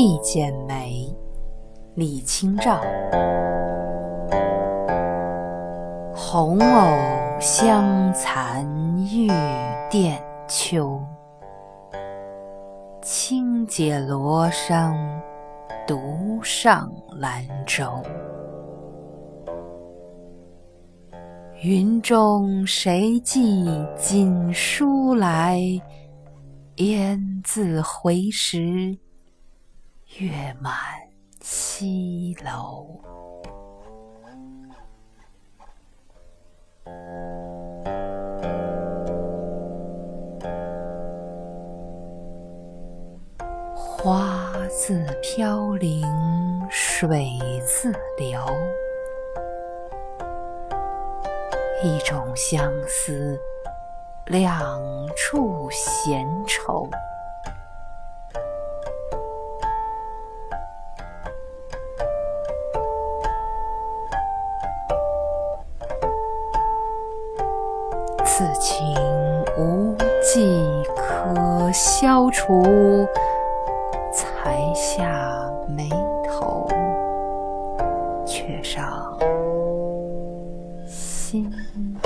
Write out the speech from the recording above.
一剪梅，李清照。红藕香残玉簟秋，轻解罗裳独上兰舟。云中谁寄锦书来？雁字回时，月满西楼。花自飘零水自流，一种相思，两处闲愁。此情无计可消除，才下眉头，却上心头。